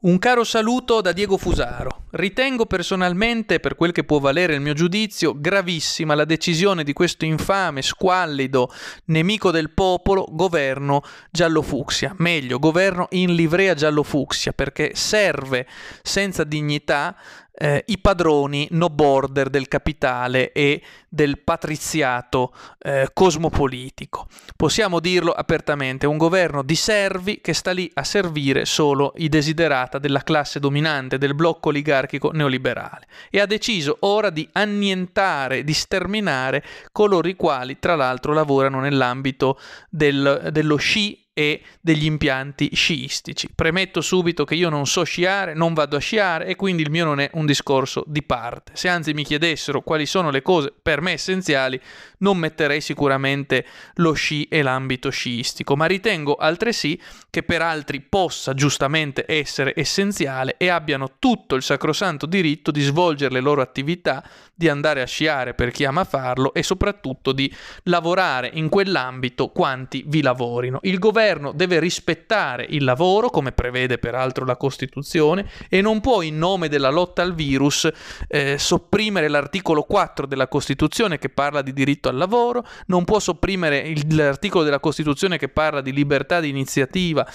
Un caro saluto da Diego Fusaro. Ritengo personalmente, per quel che può valere il mio giudizio, gravissima la decisione di questo infame, squallido, nemico del popolo, governo giallo-fucsia. Meglio, governo in livrea giallo-fucsia, perché serve senza dignità i padroni no border del capitale e del patriziato cosmopolitico. Possiamo dirlo apertamente, un governo di servi che sta lì a servire solo i desiderata della classe dominante, del blocco oligarchico neoliberale, e ha deciso ora di annientare, di sterminare coloro i quali tra l'altro lavorano nell'ambito dello sci e degli impianti sciistici. Premetto subito che io non so sciare, non vado a sciare e quindi il mio non è un discorso di parte. Se anzi mi chiedessero quali sono le cose per me essenziali, non metterei sicuramente lo sci e l'ambito sciistico, ma ritengo altresì che per altri possa giustamente essere essenziale e abbiano tutto il sacrosanto diritto di svolgere le loro attività, di andare a sciare per chi ama farlo e soprattutto di lavorare in quell'ambito quanti vi lavorino. Il governo deve rispettare il lavoro, come prevede peraltro la Costituzione, e non può in nome della lotta al virus sopprimere l'articolo 4 della Costituzione che parla di diritto al lavoro, non può sopprimere l'articolo della Costituzione che parla di libertà di iniziativa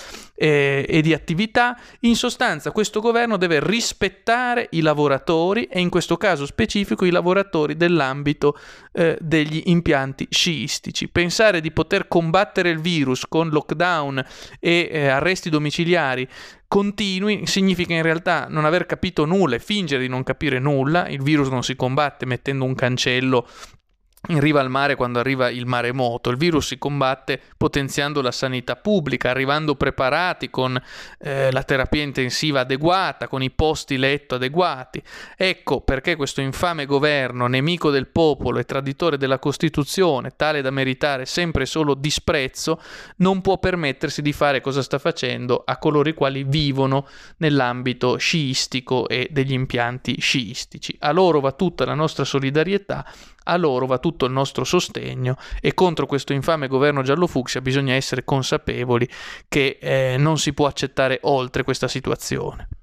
e di attività. In sostanza questo governo deve rispettare i lavoratori e in questo caso specifico i lavoratori dell'ambito degli impianti sciistici. Pensare di poter combattere il virus con lockdown e arresti domiciliari continui significa in realtà non aver capito nulla e fingere di non capire nulla. Il virus non si combatte mettendo un cancello in riva al mare quando arriva il maremoto. Il virus si combatte potenziando la sanità pubblica, arrivando preparati con la terapia intensiva adeguata, con i posti letto adeguati. Ecco perché questo infame governo, nemico del popolo e traditore della Costituzione, tale da meritare sempre solo disprezzo, non può permettersi di fare cosa sta facendo a coloro i quali vivono nell'ambito sciistico e degli impianti sciistici. A loro va tutta la nostra solidarietà, a loro va tutto il nostro sostegno e contro questo infame governo giallo-fucsia bisogna essere consapevoli che non si può accettare oltre questa situazione.